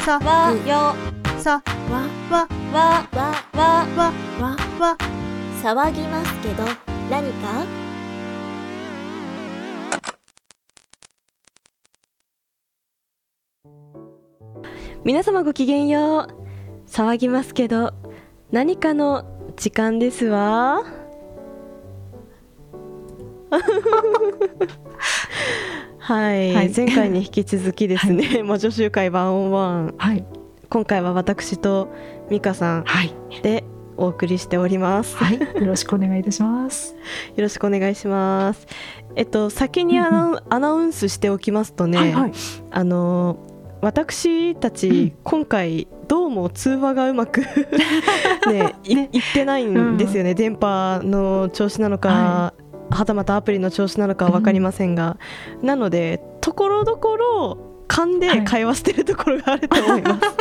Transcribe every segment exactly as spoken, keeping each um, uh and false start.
さわよさわわわわわわわわ騒ぎますけど何か？ 皆様ごきげんよう。騒ぎますけど何かの時間ですわ。はい、 はい、 前回に引き続きですね、はい、魔女集会ワンオンワン、 はい、 今回は私とミカさんでお送りしております、 はい、よろしくお願いいたします。 よろしくお願いします。えっと先にアナウン、アナウンスしておきますとね、はいはい、あの私たち、うん、今回どうも通話がうまくね、い、ね、いってないんですよね、うん、電波の調子なのか、はいはたまたアプリの調子なのかは分かりませんが、うん、なのでところどころ勘で会話してるところがあると思います、はい、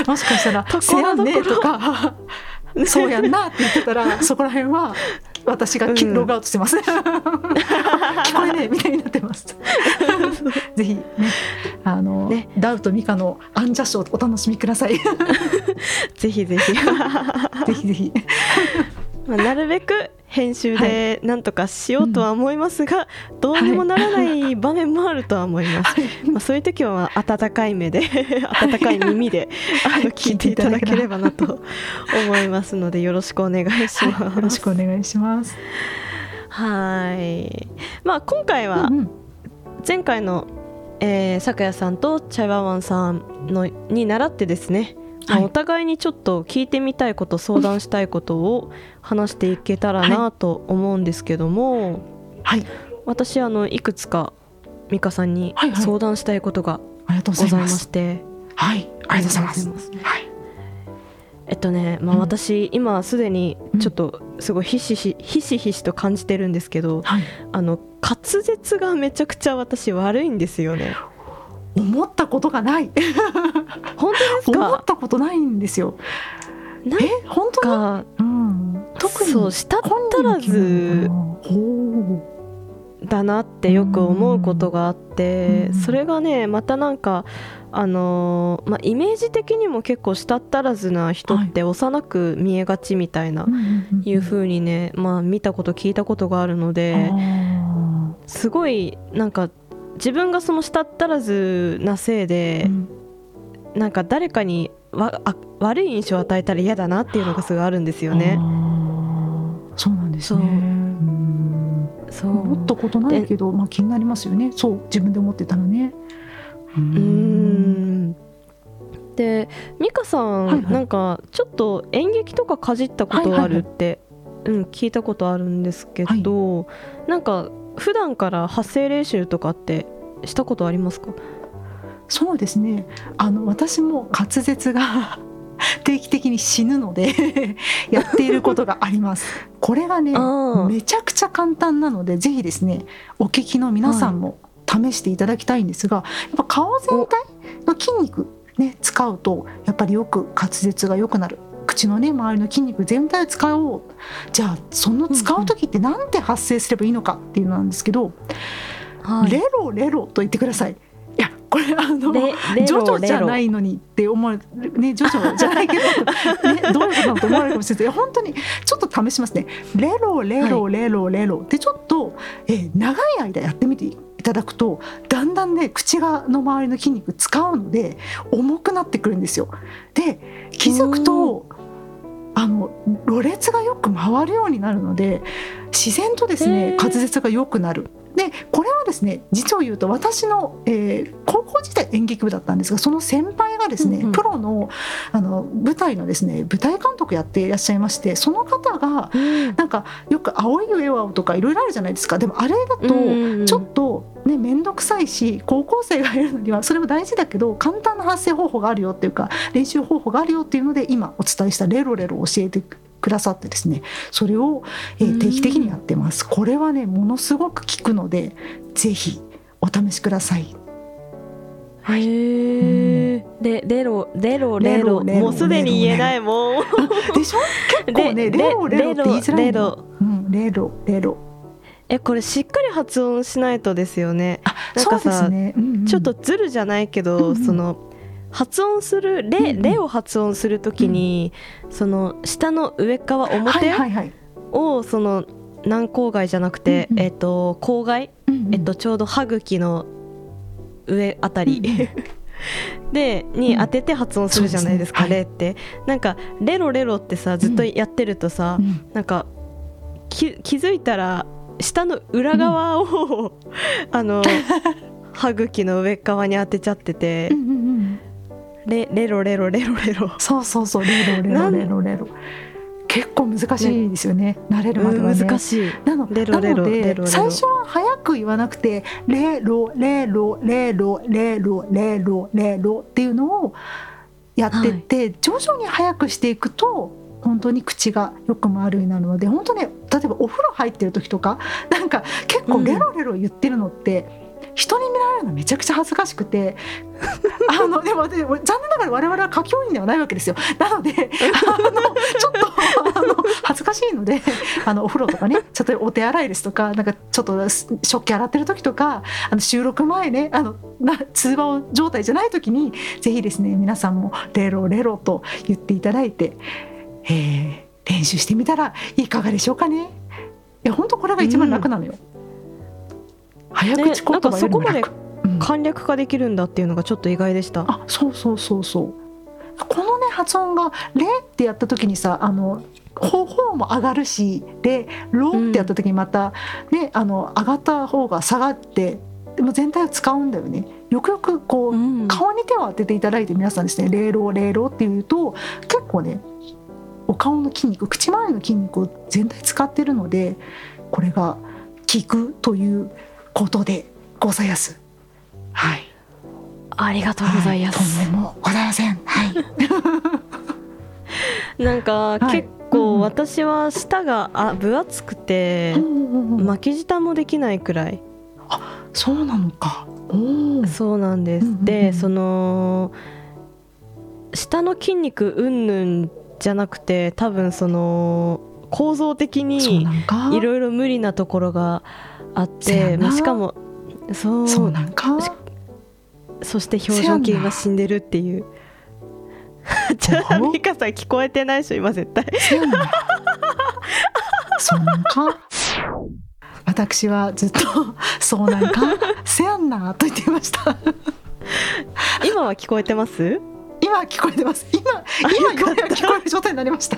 もしかしたらところどころとかそうやんなって言ってたらそこら辺は私がログアウトしてます、うん、聞こえねえみたいになってますぜひねあのねダウとミカのアンジャッシュをお楽しみくださいぜひぜひぜひぜひまあ、なるべく編集でなんとかしようとは思いますが、はいうん、どうにもならない場面もあるとは思います、はいまあ、そういう時は温かい目で温かい耳であの聞いていただければなと思いますのでよろしくお願いします、はい、 よろしくお願いします。 はい、まあ、今回は前回の、えー、咲夜さんとチャイワンワンさんのに倣ってですねはい、お互いにちょっと聞いてみたいこと相談したいことを話していけたらなと思うんですけども、はい、私あのいくつか美香さんに相談したいことがございまして、 はい、ありがとうございます。はい、 えっとね、まあ、私、うん、今すでにちょっとすごいひしひしひしひしと感じてるんですけど、はい、あの滑舌がめちゃくちゃ私悪いんですよね。 思ったことがない本当ですか？ 思ったことないんですよ。 なんかえ本当に、うん、特にそうしたったらずだなってよく思うことがあって、それがねまたなんかあのーまあ、イメージ的にも結構したったらずな人って幼く見えがちみたいな、はい、いう風にね、まあ、見たこと聞いたことがあるのですごいなんか自分がそのしたったらずなせいで、うん、なんか誰かにわあ悪い印象を与えたら嫌だなっていうのがすごいあるんですよね。 そうなんですね。うんそう思ったことないけど、まあ、気になりますよね。そう自分で思ってたのね。 うーんで美香さん、はいはい、なんかちょっと演劇とかかじったことあるって、はいはいはいうん、聞いたことあるんですけど、はい、なんか普段から発声練習とかってしたことありますか？ そうですねあの私も滑舌が定期的に死ぬのでやっていることがありますこれがねめちゃくちゃ簡単なのでぜひですねお聞きの皆さんも試していただきたいんですが、はい、やっぱ顔全体の筋肉、ね、使うとやっぱりよく滑舌が良くなる。口のね周りの筋肉全体を使おう。じゃあその使う時ってなんて発声すればいいのかっていうのなんですけど、はい、レロレロと言ってください。いやこれあのジョジョじゃないのにって思われるねジョジョじゃないけど、ね、どういうことなのと思われるかもしれないけど本当にちょっと試しますね。レロレロレロレロってちょっと、えー、長い間やってみていただくとだんだんね口がの周りの筋肉使うので重くなってくるんですよ。で気づくとあのろれつがよく回るようになるので自然とですね滑舌が良くなる。でこれはですね実を言うと私の、えー、高校時代演劇部だったんですがその先輩がですね、うんうん、プロ の, あの舞台のですね舞台監督やっていらっしゃいましてその方が、うん、なんかよく青い上は青とかいろいろあるじゃないですか。でもあれだとちょっとね面倒くさいし高校生がやるのにはそれも大事だけど簡単な発声方法があるよっていうか練習方法があるよっていうので今お伝えしたレロレロを教えてくださってですねそれを、えー、定期的にやってます。これはねものすごく効くのでぜひお試しください。 はい、へー、うん、でレロレロレロもうすでに言えないもんでしょ結構ねレロレロって言いづらいの。レロ、うん、レロレロえこれしっかり発音しないとですよね。 あ、 なんかさ、 そうですね、うんうん、 ちょっとズルじゃないけど、うんうん、その発音するレ、うんうん、レを発音するときに、うん、その下の上側表を、はいはいはい、その軟口蓋じゃなくて、うんうん、えー、と口蓋、うんうん、えー、とちょうど歯茎の上あたり、うんうん、でに当てて発音するじゃないですか、うん、レって、はい、なんかレロレロってさずっとやってるとさ、うん、なんかき気づいたら下の裏側を、うん、あの歯茎の上側に当てちゃってて、うんうんうん、レ, レロレロレロレロそうそうそうレロレロレロレロ結構難しいですよね、慣れるまではね、 うん、難しい。 なのレロレロなのでレロレロ最初は早く言わなくてレロレロレロレロレロレロっていうのをやってって、はい、徐々に早くしていくと本当に口がよく回るようになるので、本当ね、例えばお風呂入ってる時とかなんか結構レロレロ言ってるのって、うん人に見られるのめちゃくちゃ恥ずかしくてあのでもでも残念ながら我々は歌教員ではないわけですよ。なのであのちょっとあの恥ずかしいのであのお風呂とかねちょっとお手洗いですとかなんかちょっと食器洗ってる時とかあの収録前ねあのな通話状態じゃない時にぜひですね皆さんもレロレロと言っていただいて、えー、練習してみたらいかがでしょうかね。いや本当これが一番楽なのよ、うん早口言葉よりも楽、ね、なんかそこまで簡略化できるんだっていうのがちょっと意外でした、 うん、あそうそうそうそうこのね発音がレってやった時にさあの方も上がるしでロってやった時にまた、ね、あの上がった方が下がってでも全体を使うんだよね。よくよくこう、うん、顔に手を当てていただいて皆さんですねレロレロっていうと結構ねお顔の筋肉口周りの筋肉を全体使ってるのでこれが効くということでございます。はい。 ありがとうございます。 はい、とんでもございません。はい。 なんか、はい、結構私は舌があ分厚くて、うんうん、巻き舌もできないくらい。 あ、そうなのか。 おそうなんです。うんうんうん、で、その舌の筋肉うんぬんじゃなくて、多分その構造的にいろいろ無理なところがあって、まあ、しかもそうそうなんかそ, そして表情筋が死んでるっていうじゃあミカさん聞こえてないでしょ今絶対そうなんか私はずっとそうなんかせやんなと言っていました今は聞こえてます？ 今は聞こえてます。今今ようやく聞こえる状態になりました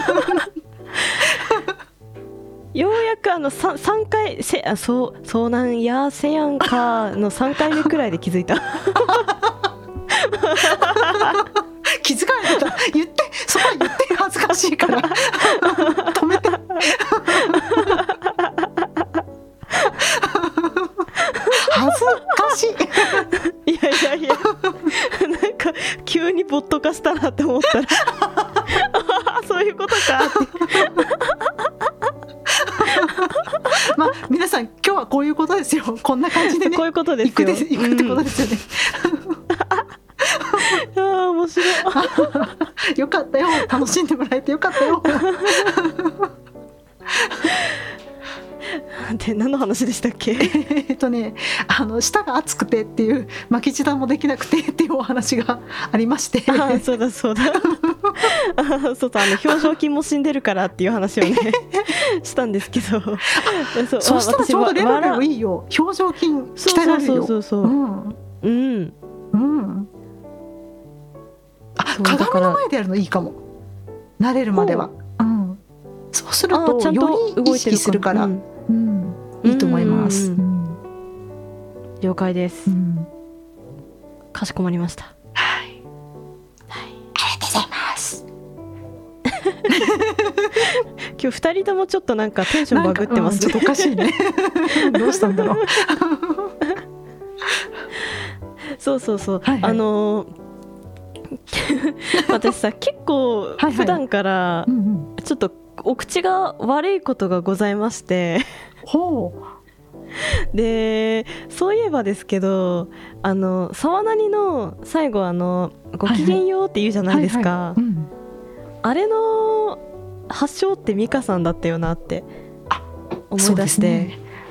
ようやくあの 3, 3回せあそうそうなんやせやんかのさんかいめくらいで気づいた気づかなかった言ってそこは言って恥ずかしいから止めて恥ずかしいいやいやいやなんか急にボット化したなって思ったらそういうことかってまあ皆さん今日はこういうことですよ。こんな感じでねこういうことですよ。 行くです行くってことですよね、 うん、あ面白いよかったよ楽しんでもらえてよかったよで何の話でしたっけえっとねあの舌が熱くてっていう巻き舌もできなくてっていうお話がありましてあそうだそうだあそうそうあの表情筋も死んでるからっていう話をねしたんですけどそうそうしたらちょうどレロレロいいよ表情筋鍛えられるよそうそうそうそううんうんうんあ鏡の前でやるのいいかも慣れるまでは、うん、そうするとより意識するから、うんうん、いいと思います、うん、 了解です、うん、かしこまりました。 はい、はい、ありがとうございます今日ふたりともちょっとなんかテンションバグってますね、 うん、ちょっとおかしいねどうしたんだろうそうそうそう、はいはい、あのー、私さ結構普段からちょっとお口が悪いことがございましてほうでそういえばですけどあの沢なにの最後あのごきげんようって言うじゃないですか、あれの発祥ってミカさんだったよなって思い出して、ね、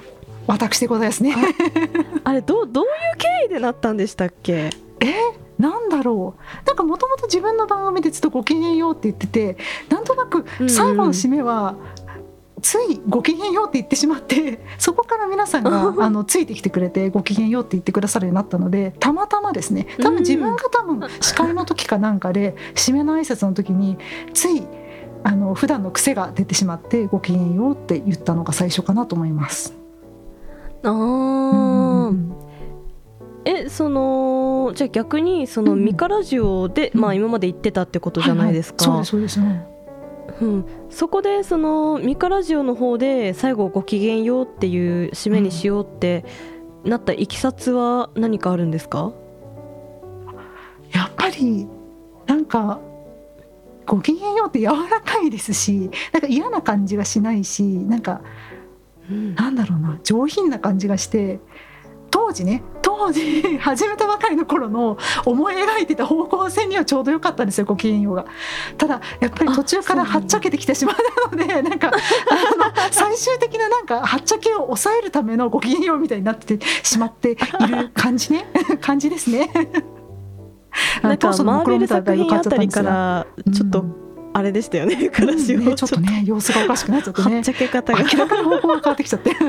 私でございますね。 あれどうどういう経緯でなったんでしたっけ？ えなんだろう、なんかもともと自分の番組でちょっとごきげんようって言ってて、なんとなく最後の締めはついごきげんようって言ってしまって、そこから皆さんがあのついてきてくれてごきげんようって言ってくださるようになったので、たまたまですね、多分自分が多分司会の時かなんかで締めの挨拶の時についあの普段の癖が出てしまってごきげんようって言ったのが最初かなと思います。 あー、うん、えそのじゃあ逆にそのミカラジオで、うん、まあ、今まで言ってたってことじゃないですか。 はいはい、そうですそうですね。 うん、そこでそのミカラジオの方で最後ごきげんようっていう締めにしようってなったいきさつは何かあるんですか？ やっぱりなんかごきげんようって柔らかいですし、なんか嫌な感じがしないし、なんか、うん、なんだろうな、上品な感じがして、当時ね当時始めたばかりの頃の思い描いてた方向性にはちょうど良かったんですよ、ごきげんようが。ただやっぱり途中からはっちゃけてきてしまったので、なんかあの最終的ななんかはっちゃけを抑えるためのごきげんようみたいになってしまっている感じね感じですね。 なんかマーベル作品あたりからちょっとあれでしたよね、ミカラジオ、 うんね、ちょっとね様子がおかしくなっちゃってね、 はっちゃけ方が明らかに方向が変わってきちゃって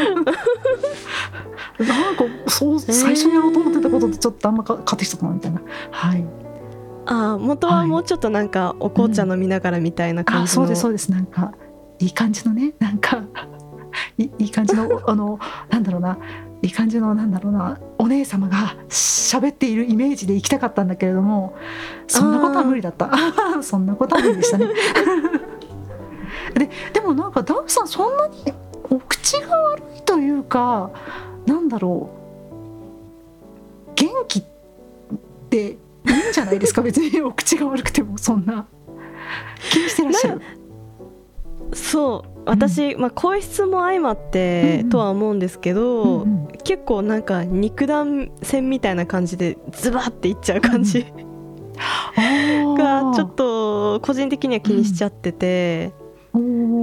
なんかそう最初にやろうと思ってたこととちょっとあんま変わってきちゃったなみたいな、はい、 あ元はもうちょっとなんかお紅茶飲みながらみたいな感じの、 うん、あそうですそうです、なんかいい感じのね、なんかい い, いい感じのあのなんだろうないい感じのなんだろうなお姉様が喋っているイメージで行きたかったんだけれども、そんなことは無理だったそんなことは無理でしたねで, でもなんかダウさんそんなにお口が悪いというか、なんだろう、元気っていいんじゃないですか別にお口が悪くてもそんな気にしてらっしゃる。 そう私、うんまあ、声質も相まってとは思うんですけど、うんうん、結構なんか肉弾戦みたいな感じでズバッていっちゃう感じ、うん、がちょっと個人的には気にしちゃってて、うん、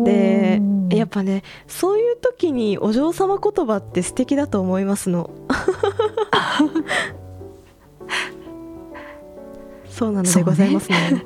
でやっぱねそういう時にお嬢様言葉って素敵だと思いますのそうなのでございますね。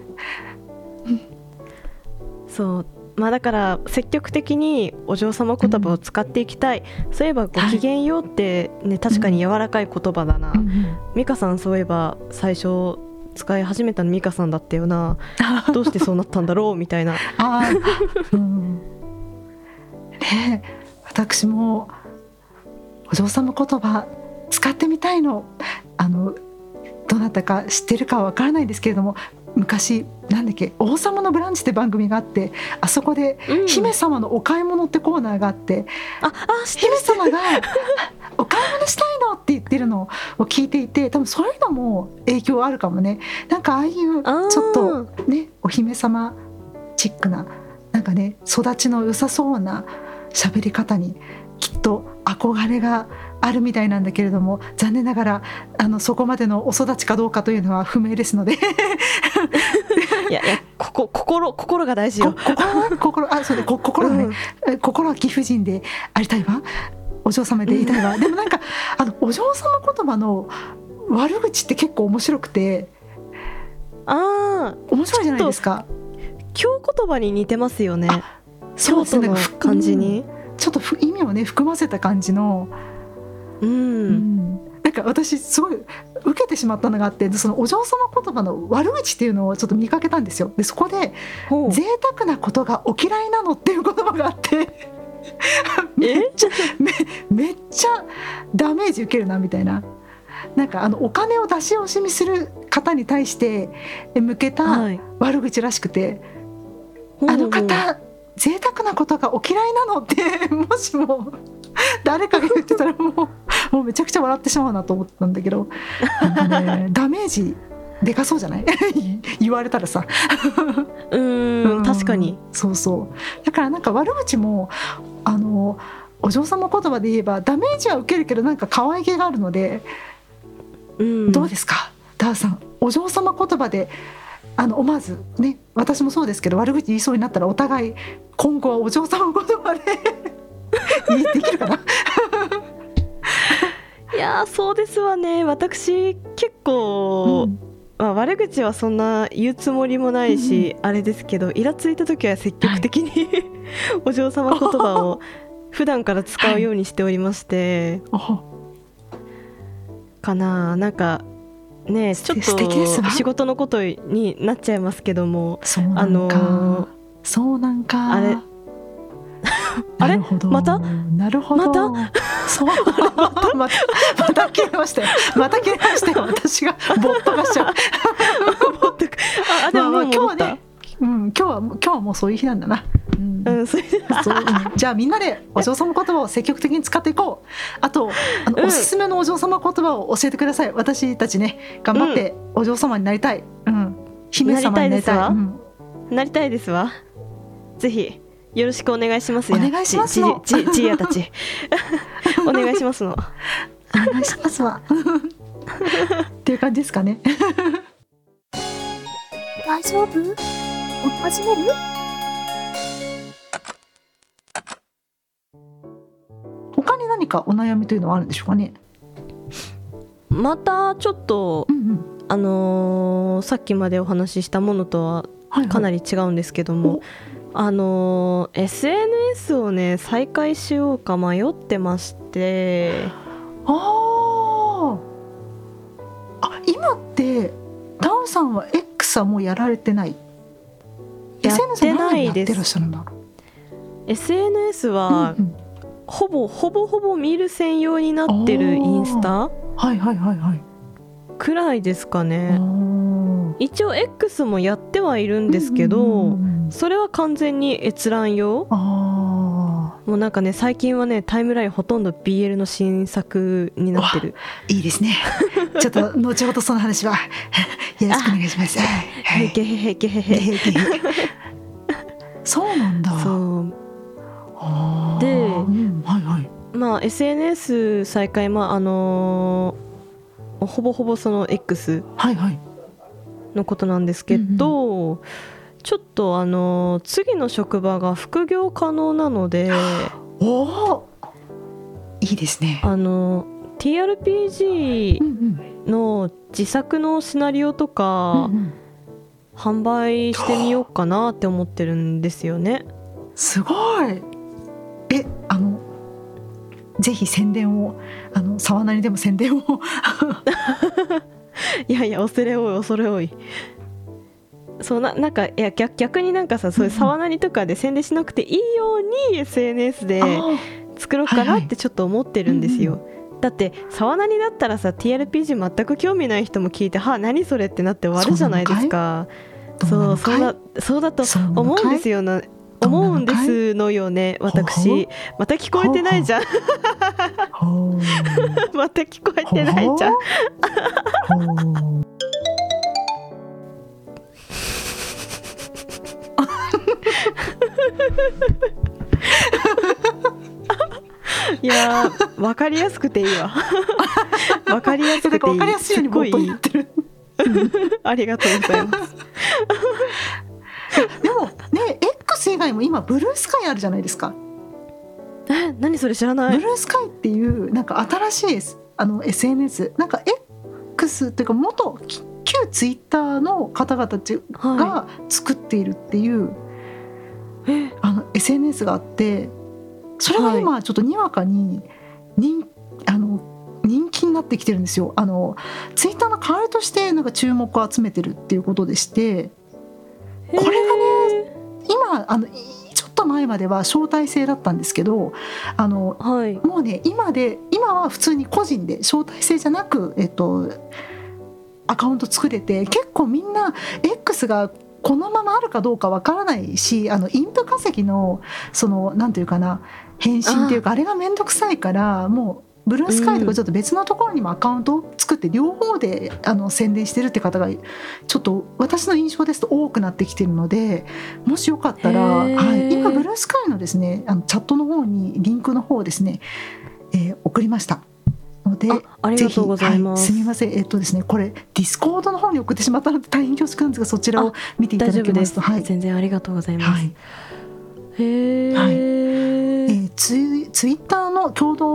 そうまあ、だから積極的にお嬢様言葉を使っていきたい、うん、そういえばごきげんようって、ね、確かに柔らかい言葉だな、うん、美香さんそういえば最初使い始めたの美香さんだったよなどうしてそうなったんだろうみたいなあ、 うんね、私もお嬢様言葉使ってみたいの、あのどなたか知ってるかはわからないですけれども、昔なんだっけ王様のブランチって番組があって、あそこで姫様のお買い物ってコーナーがあって、うん、ああ姫様がお買い物したいのって言ってるのを聞いていて、多分そういうのも影響あるかもね。なんかああいうちょっとねお姫様チックななんかね育ちの良さそうな喋り方にきっと憧れがあるみたいなんだけれども、残念ながらあのそこまでのお育ちかどうかというのは不明ですのでいやいやここ心心が大事よ。 心心あそうでこ心がね、うん、心は貴婦人でありたいわ、お嬢様でいたいわ、うん、でもなんかあのお嬢様言葉の悪口って結構面白くて、あ面白いじゃないですか。 京言葉に似てますよね。京都の感じに、 うん、ちょっと意味をね含ませた感じの、うんうん、なんか私すごい受けてしまったのがあって、そのお嬢様言葉の悪口っていうのをちょっと見かけたんですよ。でそこで贅沢なことがお嫌いなのっていう言葉があってめっちゃ め, めっちゃダメージ受けるなみたいな、なんかあのお金を出し惜しみする方に対して向けた悪口らしくて、はい、あの方贅沢なことがお嫌いなのってもしも誰かが言ってたらもう、もうめちゃくちゃ笑ってしまうなと思ったんだけど、なんか、ね、ダメージでかそうじゃない言われたらさうーん確かにそうそうだからなんか悪口もあのお嬢様言葉で言えばダメージは受けるけどなんか可愛げがあるので、うんどうですかダーさん、お嬢様言葉であの思わずね、私もそうですけど悪口言いそうになったらお互い今後はお嬢様言葉でできるかなあそうですわね。私結構、うんまあ、悪口はそんな言うつもりもないし、うん、あれですけどイラついた時は積極的に、はい、お嬢様言葉を普段から使うようにしておりまして、はい、かななんかねちょっと仕事のことになっちゃいますけども、 そうなんか、あのー、そうなんかあれあれまたなるほどまたそうまたまたまた切れましたよまた切れましたよ私がぼったかしちゃうあでももう戻った、まあまあ今日はね、 うん、今日は今日はもうそういう日なんだな、うんうん、そうそう、うん、じゃあみんなでお嬢様言葉を積極的に使っていこう。あとあの、うん、おすすめのお嬢様言葉を教えてください。私たちね頑張ってお嬢様になりたい、うん、姫様になりたい、 なりたいですわ、うん、なりたいですわ。ぜひよろしくお願いしますよ。 お願いしますのじじやたちお願いしますのお願いしますわっていう感じですかね大丈夫？始める？ 他に何かお悩みというのはあるんでしょうかね。 またちょっと、うんうん、あのー、さっきまでお話ししたものとはかなり違うんですけども、はいはい、あのー、エスエヌエス をね再開しようか迷ってまして、 ああ今ってダウさんは X はもうやられてない？ やってないです。 エスエヌエス やってらっしゃるんだろう。 エスエヌエス は、うんうん、ほぼほぼほぼ見る専用になってるインスタはいはいはいはいくらいですかね。一応 X もやってはいるんですけど、うんうんうん、それは完全に閲覧用。あもうなんかね最近はねタイムラインほとんど ビーエル の新作になってる。 いいですねちょっと後ほどその話はよろしくお願いします。 へけへへけへへそうなんだ。 そうで、うんはいはい、まあ エスエヌエス 再開、まああのー、ほぼほぼその X のことなんですけど、はいはい、ちょっとあのー、次の職場が副業可能なのでおいいですね。 あの ティーアールピージー の自作のシナリオとか、うんうん、販売してみようかなって思ってるんですよね。 すごい。えあのぜひ宣伝をあの沢なりでも宣伝をいやいや恐れ多い恐れ多い。そう な, なんかいや 逆, 逆になんかさそういう沢なりとかで宣伝しなくていいように エスエヌエス で作ろうかなってちょっと思ってるんですよ、はいはいうんうん、だって沢なりだったらさ ティーアールピージー 全く興味ない人も聞いてはあ何それってなって終わるじゃないですか。そうそうだそうだと思うんですよな思うんですのよね私。また聞こえてないじゃんまた聞こえてないじゃんいやー分かりやすくていいわ分かりやすくていい。 分かりやすいようにもっと言ってるありがとうございますでもね X 以外も今ブルースカイあるじゃないですか。 え何それ知らない。 ブルースカイっていうなんか新しいあの エスエヌエス なんか X っていうか元旧ツイッターの方々が作っているっていう、はい、あの エスエヌエス があってそれが今ちょっとにわかに 人, あの人気になってきてるんですよ。あのツイッターの代わりとしてなんか注目を集めてるっていうことでして、これがね今あのちょっと前までは招待制だったんですけどあの、はい、もうね今で今は普通に個人で招待制じゃなく、えっと、アカウント作れて結構みんな X がこのままあるかどうかわからないしあのインプ稼ぎのそのなんていうかな返信っていうか あ, あれがめんどくさいからもうブルースカイとかちょっと別のところにもアカウントを作って両方であの宣伝してるって方がちょっと私の印象ですと多くなってきてるのでもしよかったら、はい、今ブルースカイのですねあのチャットの方にリンクの方をですね、えー、送りましたのであ, ありがとうございます、 はい、すみませんえっとですねこれディスコードの方に送ってしまったので大変恐縮なんですがそちらを見ていただけますと、 はい、全然ありがとうございます、はい、へー、 はいえー、ツイ、ツイッターの共同、えー、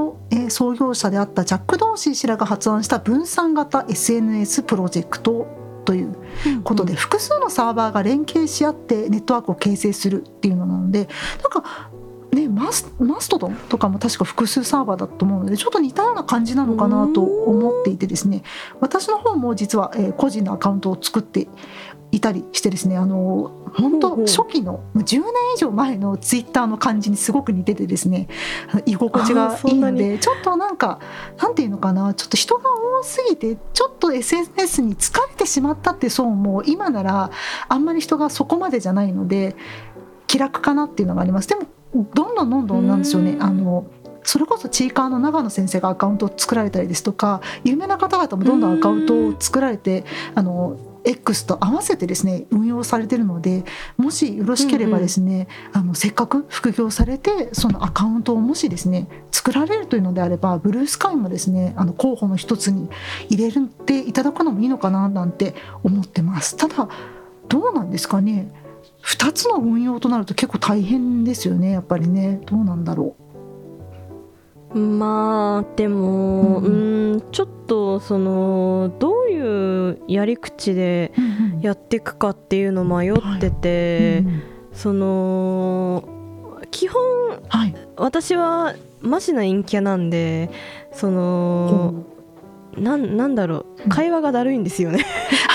ね、創業者であったジャック・ドーシー氏らが発案した分散型 エスエヌエス プロジェクトということで、複数のサーバーが連携し合ってネットワークを形成するっていうのなので、なんかね、マス、マストドンとかも確か複数サーバーだと思うので、ちょっと似たような感じなのかなと思っていてですね、私の方も実は、えー、個人のアカウントを作っていたりしてですね、あの本当初期のじゅうねん以上前のツイッターの感じにすごく似ててですね、居心地がいいので、ちょっとなんかなんていうのかな、ちょっと人が多すぎてちょっと エスエヌエス に疲れてしまったって層も今ならあんまり人がそこまでじゃないので気楽かなっていうのがあります。でもどんどんどんどんなんでしょうね、あのそれこそチーカーの長野先生がアカウントを作られたりですとか、有名な方々もどんどんアカウントを作られて、あの X と合わせてですね運用されているので、もしよろしければですね、うんうん、あのせっかく副業されてそのアカウントをもしですね作られるというのであれば、ブルースカイもですねあの候補の一つに入れていただくのもいいのかななんて思ってます。ただどうなんですかね、ふたつの運用となると結構大変ですよね、やっぱりね。どうなんだろう。まあでも、うん、うんちょっとそのどういうやり口でやっていくかっていうの迷ってて、うんうん、その基本、はい、私はマジな陰キャなんで、その、うん、な, なんだろう会話がだるいんですよね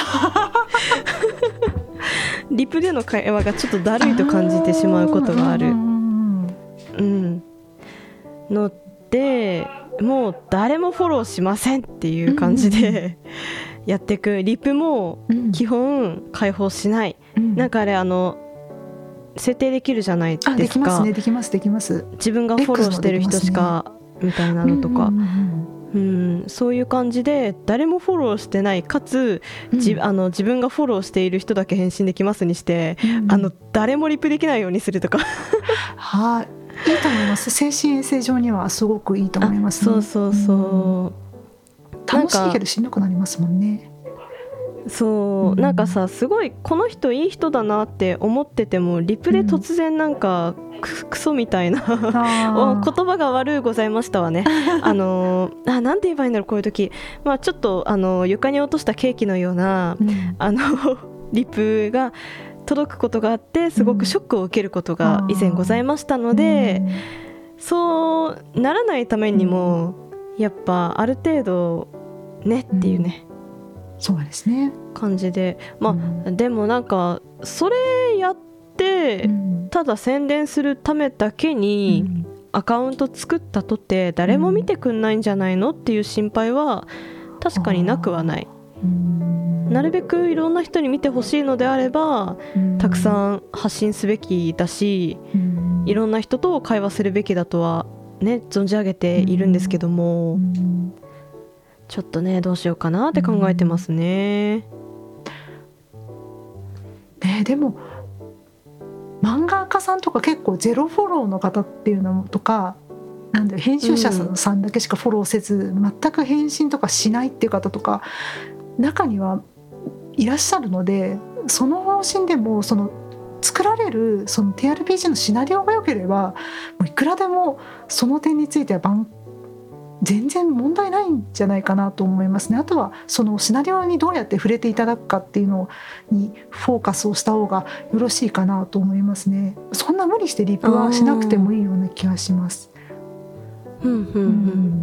リプでの会話がちょっとだるいと感じてしまうことがある、うん、のでもう誰もフォローしませんっていう感じでやっていく。リプも基本開放しない、うん、なんかあれあの設定できるじゃないですか。 できますね、できますできます。 自分がフォローしてる人しか、ね、みたいなのとか、うんうんうんうん、そういう感じで誰もフォローしてないかつ、うん、じあの自分がフォローしている人だけ返信できますにして、うん、あの誰もリプできないようにするとかはい、いいと思います。精神衛生上にはすごくいいと思いますね。 そうそうそう、うん、 楽しいけどしんどくなりますもんね。 そう、うん、なんかさすごいこの人いい人だなって思っててもリプで突然なんか、うん、ク, クソみたいな言葉が悪うございましたわねあのあなんて言えばいいんだろうこういう時、まあ、ちょっとあの床に落としたケーキのような、うん、あのリプが届くことがあってすごくショックを受けることが以前ございましたので、うん、そうならないためにも、うん、やっぱある程度ねっていうね、 うん、そうですね感じで、まあ、うん、でもなんかそれやって、うん、ただ宣伝するためだけにアカウント作ったとて誰も見てくんないんじゃないのっていう心配は確かになくはない。なるべくいろんな人に見てほしいのであればたくさん発信すべきだし、いろんな人と会話するべきだとはね存じ上げているんですけども、ちょっとねどうしようかなって考えてますね。 ね、でも漫画家さんとか結構ゼロフォローの方っていうのとか、なんで編集者さんだけしかフォローせず、うん、全く返信とかしないっていう方とか中にはいらっしゃるので、その方針でもその作られるその ティーアールピージー のシナリオが良ければもういくらでもその点については番全然問題ないんじゃないかなと思いますね。あとはそのシナリオにどうやって触れていただくかっていうのにフォーカスをした方がよろしいかなと思いますね。そんな無理してリプはしなくてもいいような気がします。 うんうんうん、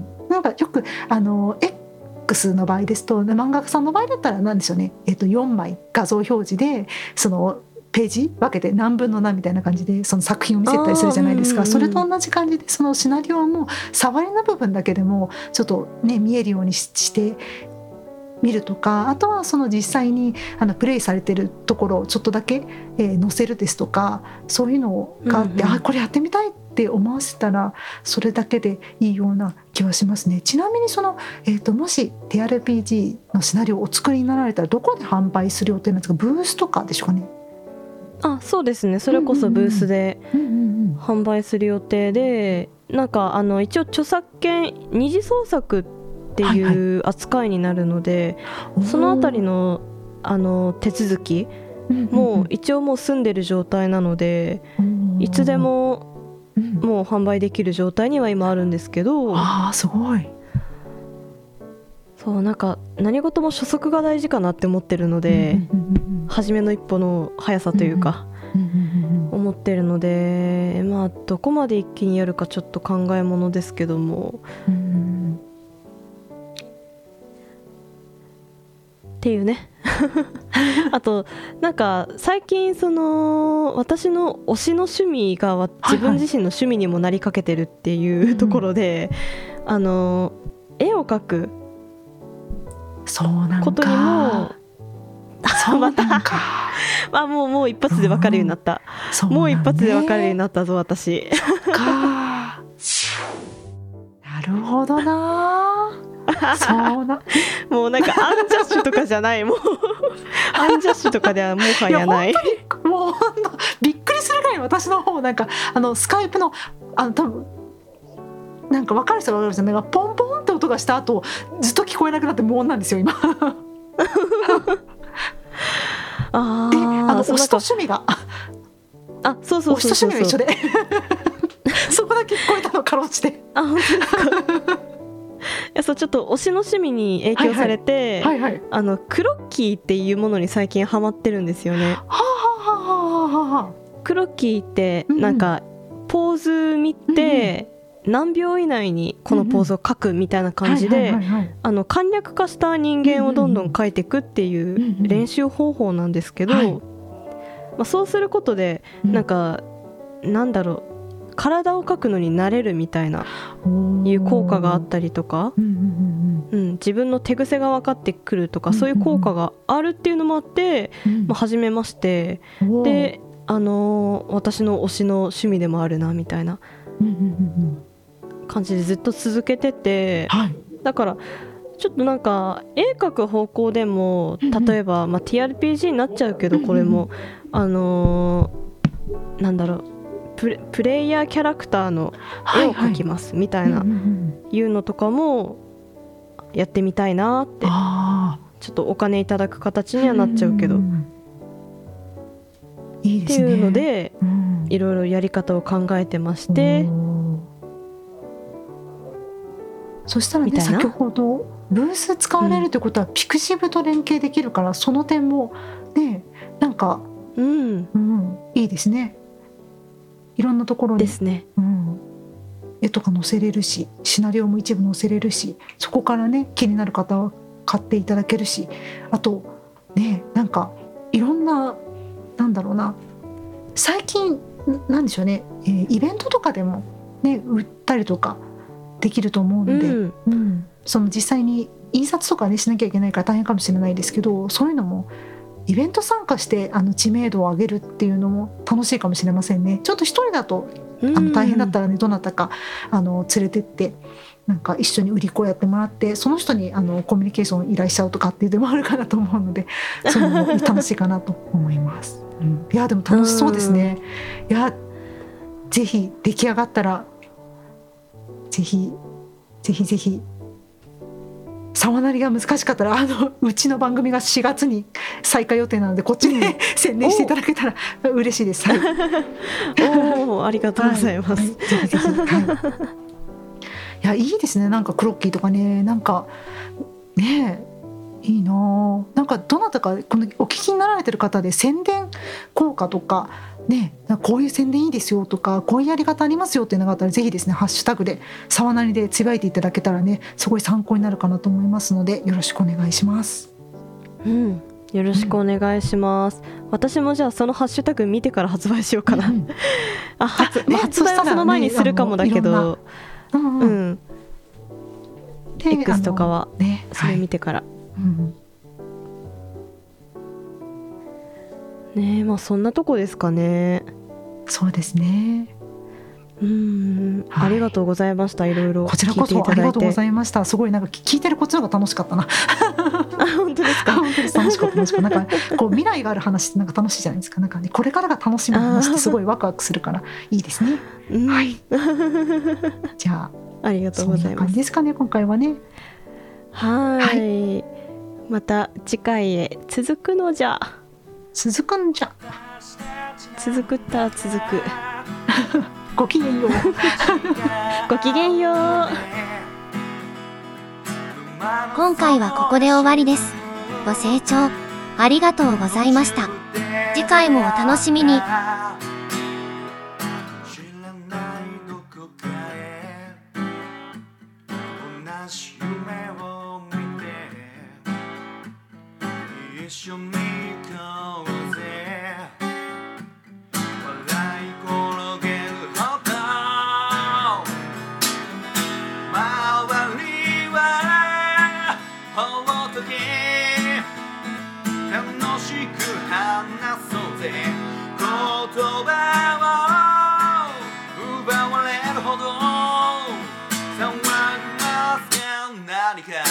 なんかよくあの X の場合ですと、漫画家さんの場合だったら何でしょうね、えっと、よんまい画像表示でそのページ分けて何分の何みたいな感じでその作品を見せたりするじゃないですか。それと同じ感じでそのシナリオも触りの部分だけでもちょっとね見えるようにして見るとか、あとはその実際にあのプレイされてるところをちょっとだけ、えー、載せるですとか、そういうのがあって、うんうん、あこれやってみたいって思わせたらそれだけでいいような気はしますね。ちなみにその、えーと、もし ティーアールピージー のシナリオをお作りになられたらどこで販売する予定なんですか？ブースとかでしょうかね。 あ、そうですね、それこそブースで販売する予定で、なんかあの一応著作権二次創作っていう扱いになるので、はいはい、そのあたりの、あの手続きも一応もう済んでる状態なので、いつでももう販売できる状態には今あるんですけど、 あーすごい。 そうなんか何事も初速が大事かなって思ってるので、初めの一歩の速さというか思ってるので、まあどこまで一気にやるかちょっと考えものですけども、っていうねあとなんか最近その私の推しの趣味が自分自身の趣味にもなりかけてるっていうところで、あの絵を描くことにもまたあもうもう一発で分かるようになった、うん、もう一発で分かるようになったぞ私。 そっかなるほどなそうなもうなんかアンジャッシュとかじゃないもうアンジャッシュとかではもはやない。いや本当にもう本当びっくりするぐらい私の方なんかあのスカイプのあの多分なんか分かる人が分かるんですよ。なんかポンポンって音がした後ずっと聞こえなくなって無音なんですよ今あであの推しと趣味があそうそうそうそう推しと趣味が一緒でそこだけ聞こえたのかろうじて。 あ本当ですかいやそうちょっと推しの趣味に影響されて、はいはいはいはい、あのクロッキーっていうものに最近ハマってるんですよね。 はあはあはあはあ、 クロッキーってなんかポーズ見て、うん、何秒以内にこのポーズを描くみたいな感じで簡略化した人間をどんどん描いていくっていう練習方法なんですけど、はいまあ、そうすることでなんか、うん、なんだろう体を描くのに慣れるみたいないう効果があったりとか、うんうんうんうん、自分の手癖が分かってくるとか、うんうん、そういう効果があるっていうのもあって、うんまあ、始めまして、で、あのー、私の推しの趣味でもあるなみたいな感じでずっと続けてて、はい、だからちょっとなんか絵描く方向でも例えば、まあ、ティーアールピージー になっちゃうけどこれも、あのー、なんだろうプレ、プレイヤーキャラクターの絵を描きますみたいないうのとかもやってみたいなって、ちょっとお金いただく形にはなっちゃうけど、 いいですね、 っていうのでいろいろやり方を考えてまして、 そしたらね先ほどブース使われるということはピクシブと連携できるから、うん、その点もねなんか、うんうん、いいですね。いろんなところにですね、 うん、絵とか載せれるしシナリオも一部載せれるし、そこからね気になる方は買っていただけるし、あとねなんかいろんななんだろうな最近なんでしょうね、えー、イベントとかでもね売ったりとかできると思うので、うんうん、その実際に印刷とかねしなきゃいけないから大変かもしれないですけど、そういうのもイベント参加してあの知名度を上げるっていうのも楽しいかもしれませんね。ちょっと一人だとあの大変だったらねどなたかあの連れてってなんか一緒に売り子やってもらってその人にあのコミュニケーション依頼しちゃうとかっていうのもあるかなと思うので、そういうのも楽しいかなと思います、うん、いやでも楽しそうですね。いやぜひ出来上がったらぜひぜひぜひ沢なりが難しかったらあのうちの番組がしがつに再開予定なのでこっちに宣伝していただけたら嬉しいです。はい、 おありがとうございます。はいはい、ぜひぜひ、はい、いやいいですね。なんかクロッキーとかねなんかねいいな。なんかどなたかこのお聞きになられてる方で宣伝効果とかね、こういう宣伝いいですよとかこういうやり方ありますよっていうのがあったらぜひですねハッシュタグで沢なりでつぶやいていただけたらねすごい参考になるかなと思いますのでよろしくお願いします。 うん、よろしくお願いします、うん、私もじゃあそのハッシュタグ見てから発売しようかな、うん、あ 発, あ、ね、発売はその前にするかもだけど、うんうん、X とかはそれ見てから、はいうんねえ、まあそんなとこですかね。 そうですね。 うん、はい、ありがとうございました。いろいろこちらこそありがとうございました。すごいなんか聞いてるこっちの方が楽しかったな。 あ本当ですか。 本当に楽しかった楽しかった。なんかこう未来がある話ってなんか楽しいじゃないですか。なんかねこれからが楽しみな話ってすごいワクワクするからいいですね。はい。じゃあありがとうございます。 そんな感じですかね今回はね。 はい。はい、また次回へ続くのじゃ。 続くんじゃ続くった続くごきげんようごきげんよう。 今回はここで終わりです。ご清聴ありがとうございました。次回もお楽しみに。一緒に行こうぜ。笑い転げるほど周りはほっとけ。楽しく話そうぜ。言葉を奪われるほど騒ぎますが何か